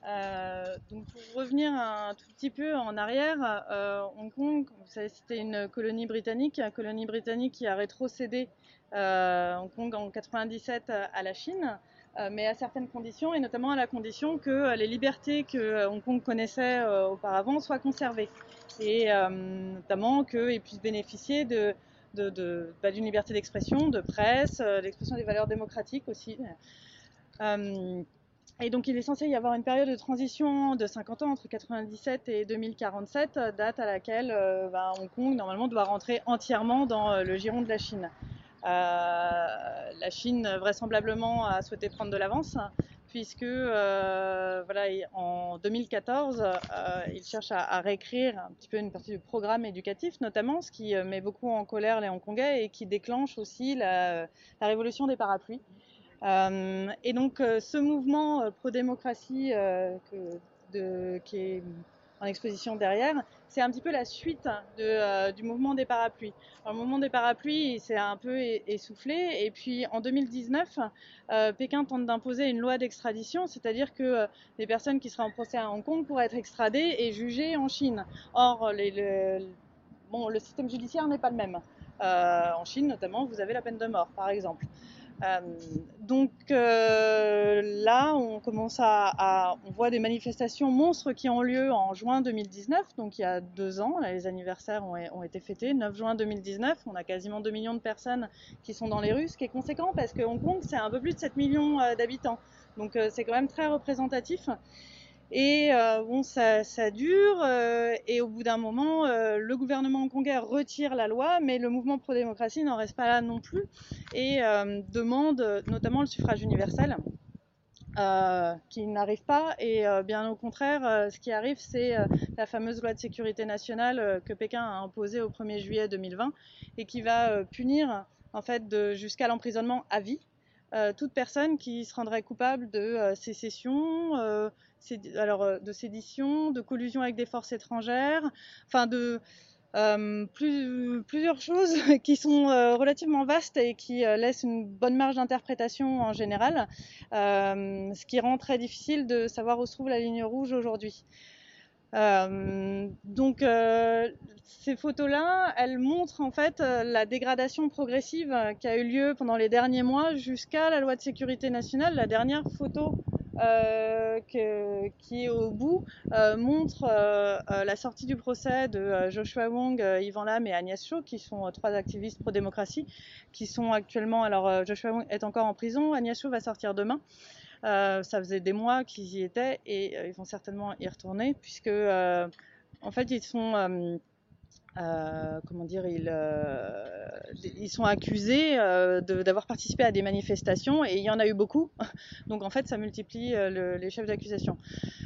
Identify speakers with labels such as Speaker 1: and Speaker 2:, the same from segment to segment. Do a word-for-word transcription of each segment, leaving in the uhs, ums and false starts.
Speaker 1: Euh, donc pour revenir un tout petit peu en arrière, euh, Hong Kong, vous savez, c'était une colonie britannique, une colonie britannique qui a rétrocédé euh, Hong Kong en quatre-vingt-dix-sept à la Chine, euh, mais à certaines conditions, et notamment à la condition que les libertés que Hong Kong connaissait euh, auparavant soient conservées, et euh, notamment qu'ils puissent bénéficier de, de, de, bah, d'une liberté d'expression, de presse, euh, d'expression des valeurs démocratiques aussi. Euh, et donc il est censé y avoir une période de transition de cinquante ans entre quatre-vingt-dix-sept et deux mille quarante-sept, date à laquelle euh, bah, Hong Kong normalement doit rentrer entièrement dans euh, le giron de la Chine. Euh, la Chine vraisemblablement a souhaité prendre de l'avance puisque euh, voilà, en deux mille quatorze, euh, il cherche à, à réécrire un petit peu une partie du programme éducatif notamment, ce qui met beaucoup en colère les Hongkongais et qui déclenche aussi la, la révolution des parapluies. Euh, et donc euh, ce mouvement euh, pro-démocratie euh, que, de, qui est en exposition derrière, c'est un petit peu la suite de, euh, du mouvement des parapluies. Alors, le mouvement des parapluies s'est un peu essoufflé et puis en deux mille dix-neuf, euh, Pékin tente d'imposer une loi d'extradition, c'est-à-dire que euh, les personnes qui seraient en procès à Hong Kong pourraient être extradées et jugées en Chine. Or, les, les, bon, le système judiciaire n'est pas le même. Euh, en Chine notamment, vous avez la peine de mort, par exemple. Euh, donc euh, là, on commence à, à, on voit des manifestations monstres qui ont lieu en juin deux mille dix-neuf, donc il y a deux ans. Là, les anniversaires ont, ont été fêtés. neuf juin deux mille dix-neuf, on a quasiment deux millions de personnes qui sont dans les rues, ce qui est conséquent parce que Hong Kong, c'est un peu plus de sept millions euh, d'habitants. Donc euh, c'est quand même très représentatif. Et euh, bon, ça, ça dure, euh, et au bout d'un moment, euh, le gouvernement hongkongais retire la loi, mais le mouvement pro-démocratie n'en reste pas là non plus, et euh, demande notamment le suffrage universel, euh, qui n'arrive pas, et euh, bien au contraire, euh, ce qui arrive, c'est euh, la fameuse loi de sécurité nationale euh, que Pékin a imposée au premier juillet deux mille vingt, et qui va euh, punir en fait de, jusqu'à l'emprisonnement à vie euh, toute personne qui se rendrait coupable de euh, sécession, euh, alors euh, de sédition, de collusion avec des forces étrangères, enfin de euh, plus, plusieurs choses qui sont euh, relativement vastes et qui euh, laissent une bonne marge d'interprétation en général, euh, ce qui rend très difficile de savoir où se trouve la ligne rouge aujourd'hui. Euh, donc euh, ces photos-là, elles montrent en fait la dégradation progressive qui a eu lieu pendant les derniers mois jusqu'à la loi de sécurité nationale. La dernière photo euh, que, qui est au bout euh, montre euh, la sortie du procès de euh, Joshua Wong, euh, Yvan Lam et Agnès Chaud, qui sont euh, trois activistes pro-démocratie, qui sont actuellement, alors euh, Joshua Wong est encore en prison, Agnès Chaud va sortir demain. Euh, ça faisait des mois qu'ils y étaient et euh, ils vont certainement y retourner puisque euh, en fait ils sont euh, euh, comment dire, ils, euh, ils sont accusés euh, de, d'avoir participé à des manifestations et il y en a eu beaucoup, donc en fait ça multiplie euh, le, les chefs d'accusation.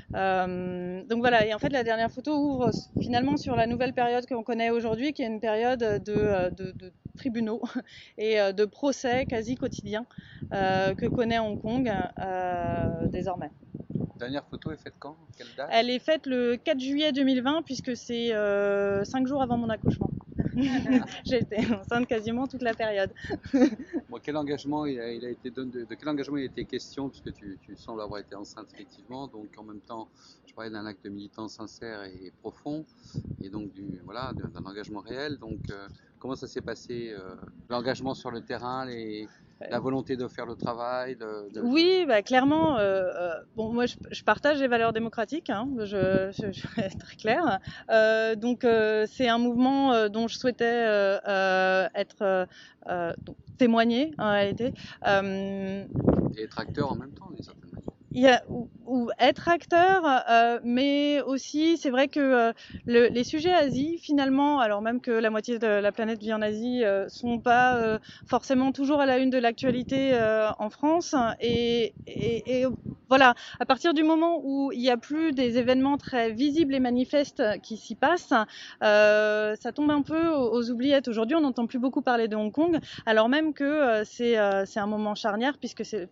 Speaker 1: Euh, donc voilà, et en fait la dernière photo ouvre finalement sur la nouvelle période qu'on connaît aujourd'hui, qui est une période de, de, de tribunaux et de procès quasi quotidiens euh, que connaît Hong Kong euh, désormais.
Speaker 2: La dernière photo est faite quand? Quelle date?
Speaker 1: Elle est faite le quatre juillet deux mille vingt puisque c'est euh, cinq jours avant mon accouchement. J'ai été enceinte quasiment toute la période.
Speaker 2: Bon, quel engagement il a, il a été donné, de, de quel engagement il a été question, puisque tu, tu sembles avoir été enceinte effectivement, donc en même temps, je parlais d'un acte de militance sincère et profond, et donc du, voilà, d'un engagement réel. Donc, euh, comment ça s'est passé, euh, l'engagement sur le terrain, les, la volonté de faire le travail de, de,
Speaker 1: Oui, bah, clairement. Euh, euh, bon, moi, je, je partage les valeurs démocratiques, hein, je, je, je vais être très claire. Euh, donc, euh, c'est un mouvement euh, dont je souhaitais euh, euh, être euh, donc, témoigner en réalité. Euh,
Speaker 2: et être acteur en même temps, d'une certaine manière.
Speaker 1: Il y a, ou, ou être acteur, euh, mais aussi c'est vrai que euh, le, les sujets Asie, finalement, alors même que la moitié de la planète vit en Asie, euh, sont pas euh, forcément toujours à la une de l'actualité euh, en France. Et, et, et voilà, à partir du moment où il n'y a plus des événements très visibles et manifestes qui s'y passent, euh, ça tombe un peu aux, aux oubliettes. Aujourd'hui, on n'entend plus beaucoup parler de Hong Kong, alors même que euh, c'est euh, c'est un moment charnière puisque c'est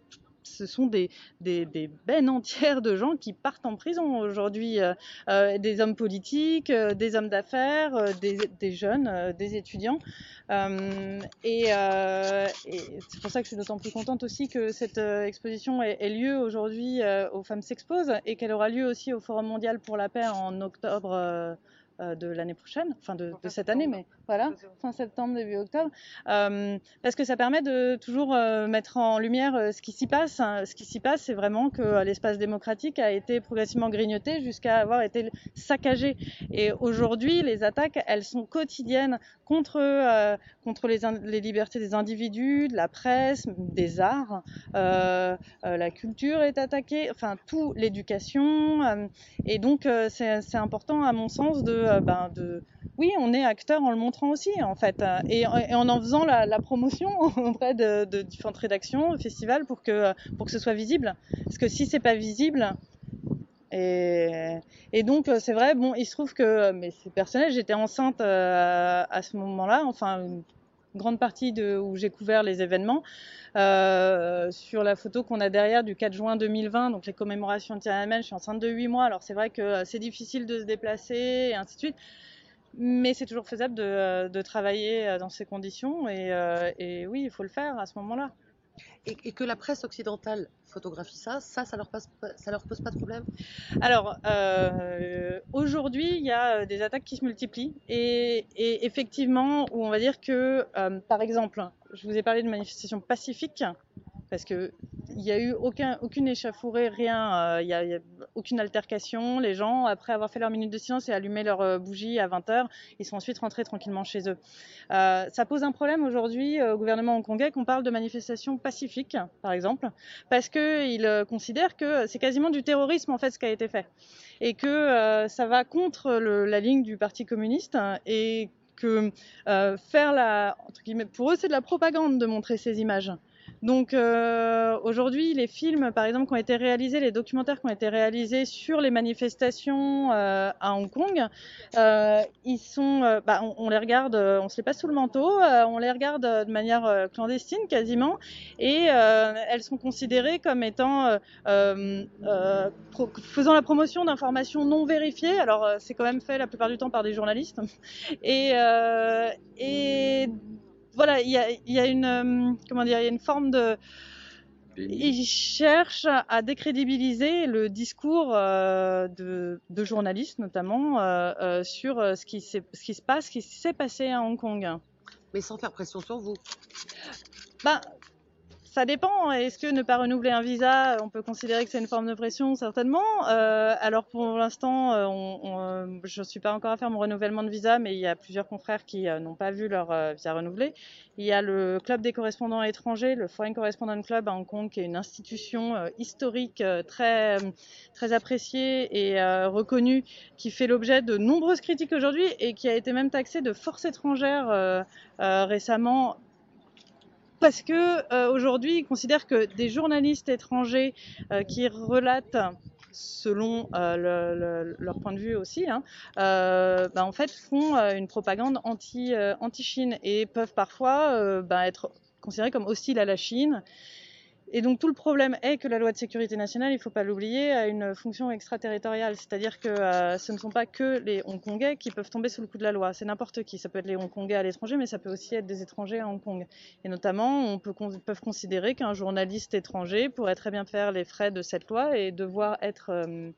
Speaker 1: ce sont des, des, des bennes entières de gens qui partent en prison aujourd'hui, euh, euh, des hommes politiques, euh, des hommes d'affaires, euh, des, des jeunes, euh, des étudiants. Euh, et, euh, et c'est pour ça que je suis d'autant plus contente aussi que cette euh, exposition ait, ait lieu aujourd'hui euh, aux Femmes s'exposent et qu'elle aura lieu aussi au Forum mondial pour la paix en octobre euh, euh, de l'année prochaine, enfin de, de cette année, mais voilà, fin septembre, début octobre, euh, parce que ça permet de toujours euh, mettre en lumière euh, ce qui s'y passe. Hein. Ce qui s'y passe, c'est vraiment que euh, l'espace démocratique a été progressivement grignoté jusqu'à avoir été saccagé. Et aujourd'hui, les attaques, elles sont quotidiennes contre, euh, contre les, les libertés des individus, de la presse, des arts. Euh, euh, la culture est attaquée, enfin tout, l'éducation. Euh, et donc, euh, c'est important, à mon sens, de, euh, ben, de oui, on est acteur en le montrant aussi, en fait, et, et en en faisant la, la promotion auprès de, de différentes rédactions, festivals, pour que, pour que ce soit visible. Parce que si c'est pas visible, et, et donc c'est vrai, bon, il se trouve que, mais c'est personnel, j'étais enceinte euh, à ce moment-là, enfin une grande partie de où j'ai couvert les événements. Euh, sur la photo qu'on a derrière du quatre juin deux mille vingt, donc les commémorations de Tiananmen, je suis enceinte de huit mois, alors c'est vrai que c'est difficile de se déplacer, et ainsi de suite. Mais c'est toujours faisable de, de travailler dans ces conditions et, euh, et oui, il faut le faire à ce moment-là.
Speaker 3: Et, et que la presse occidentale photographie ça, ça, ça leur, passe, ça leur pose pas de problème?
Speaker 1: Alors, euh, aujourd'hui, il y a des attaques qui se multiplient et, et effectivement, où on va dire que, euh, par exemple, je vous ai parlé de manifestations pacifiques, parce que il n'y a eu aucun, aucune échauffourée, rien, il euh, n'y a, a aucune altercation. Les gens, après avoir fait leur minute de silence et allumé leur euh, bougie à vingt heures, ils sont ensuite rentrés tranquillement chez eux. Euh, ça pose un problème aujourd'hui euh, au gouvernement hongkongais qu'on parle de manifestations pacifiques, par exemple, parce qu'ils euh, considèrent que c'est quasiment du terrorisme, en fait, ce qui a été fait. Et que euh, ça va contre le, la ligne du Parti communiste et que euh, faire la, entre guillemets, pour eux, c'est de la propagande de montrer ces images. Donc euh, aujourd'hui, les films, par exemple, qui ont été réalisés, les documentaires qui ont été réalisés sur les manifestations euh, à Hong Kong, euh, ils sont, euh, bah, on, on les regarde, on se les passe sous le manteau, euh, on les regarde de manière euh, clandestine quasiment, et euh, elles sont considérées comme étant euh, euh, pro faisant la promotion d'informations non vérifiées. Alors euh, c'est quand même fait la plupart du temps par des journalistes, et, euh, et voilà, il y a, y a une, euh, comment dire, il y a une forme de, ils cherchent à décrédibiliser le discours euh, de, de journalistes notamment euh, euh, sur ce qui, ce qui se passe, ce qui s'est passé à Hong Kong.
Speaker 3: Mais sans faire pression sur vous.
Speaker 1: Bah, ça dépend. Est-ce que ne pas renouveler un visa, on peut considérer que c'est une forme de pression? Certainement. Euh, alors pour l'instant, on, on, je ne suis pas encore à faire mon renouvellement de visa, mais il y a plusieurs confrères qui euh, n'ont pas vu leur euh, visa renouvelé. Il y a le Club des correspondants étrangers, le Foreign Correspondent Club à Hong Kong, qui est une institution euh, historique euh, très, très appréciée et euh, reconnue, qui fait l'objet de nombreuses critiques aujourd'hui et qui a été même taxée de force étrangère euh, euh, récemment. Parce que euh, aujourd'hui, ils considèrent que des journalistes étrangers euh, qui relatent, selon euh, le, le, leur point de vue aussi, hein, euh, bah, en fait, font euh, une propagande anti, euh, anti-Chine et peuvent parfois euh, bah, être considérés comme hostiles à la Chine. Et donc tout le problème est que la loi de sécurité nationale, il ne faut pas l'oublier, a une fonction extraterritoriale, c'est-à-dire que euh, ce ne sont pas que les Hongkongais qui peuvent tomber sous le coup de la loi, c'est n'importe qui, ça peut être les Hongkongais à l'étranger, mais ça peut aussi être des étrangers à Hong Kong. Et notamment, on peut peuvent considérer qu'un journaliste étranger pourrait très bien faire les frais de cette loi et devoir être, euh,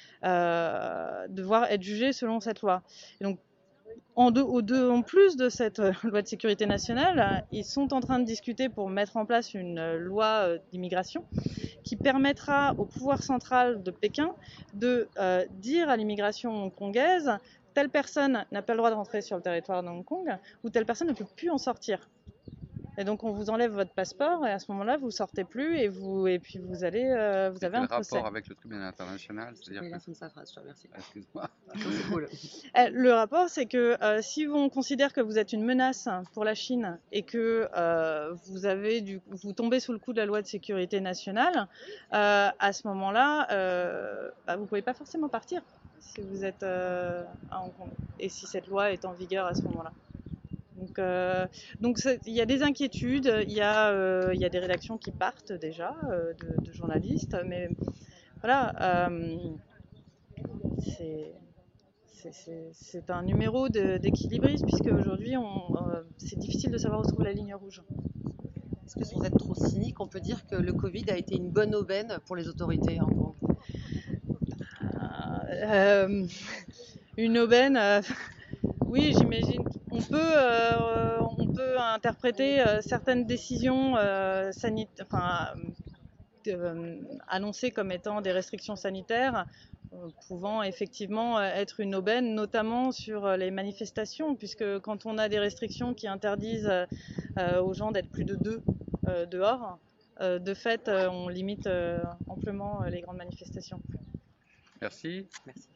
Speaker 1: euh, devoir être jugé selon cette loi. Et donc, En, deux, au deux, en plus de cette euh, loi de sécurité nationale, ils sont en train de discuter pour mettre en place une euh, loi euh, d'immigration qui permettra au pouvoir central de Pékin de euh, dire à l'immigration hongkongaise telle personne n'a pas le droit de rentrer sur le territoire de Hong Kong ou telle personne ne peut plus en sortir. Et donc on vous enlève votre passeport et à ce moment-là vous sortez plus et vous et puis vous allez euh, vous avez un procès.
Speaker 2: Le rapport avec le tribunal international,
Speaker 3: c'est-à-dire que la fin de sa phrase, je te remercie.
Speaker 2: Excuse-moi.
Speaker 3: C'est cool.
Speaker 1: Le rapport, c'est que euh, si on considère que vous êtes une menace pour la Chine et que euh, vous avez du, vous tombez sous le coup de la loi de sécurité nationale, euh, à ce moment-là, euh, bah, vous pouvez pas forcément partir si vous êtes euh, à Hong Kong et si cette loi est en vigueur à ce moment-là. Donc, euh, donc il y a des inquiétudes, il y, euh, y a des rédactions qui partent déjà euh, de, de journalistes, mais voilà, euh, c'est un numéro d'équilibriste puisque aujourd'hui euh, c'est difficile de savoir où se trouve la ligne rouge.
Speaker 3: Est-ce que sans être trop cynique, on peut dire que le Covid a été une bonne aubaine pour les autorités en gros?
Speaker 1: euh, Une aubaine, euh, oui, j'imagine. On peut, euh, on peut interpréter euh, certaines décisions euh, sanitaires, enfin, euh, annoncées comme étant des restrictions sanitaires, euh, pouvant effectivement être une aubaine, notamment sur les manifestations, puisque quand on a des restrictions qui interdisent euh, aux gens d'être plus de deux euh, dehors, euh, de fait, euh, on limite euh, amplement les grandes manifestations.
Speaker 2: Merci.
Speaker 3: Merci.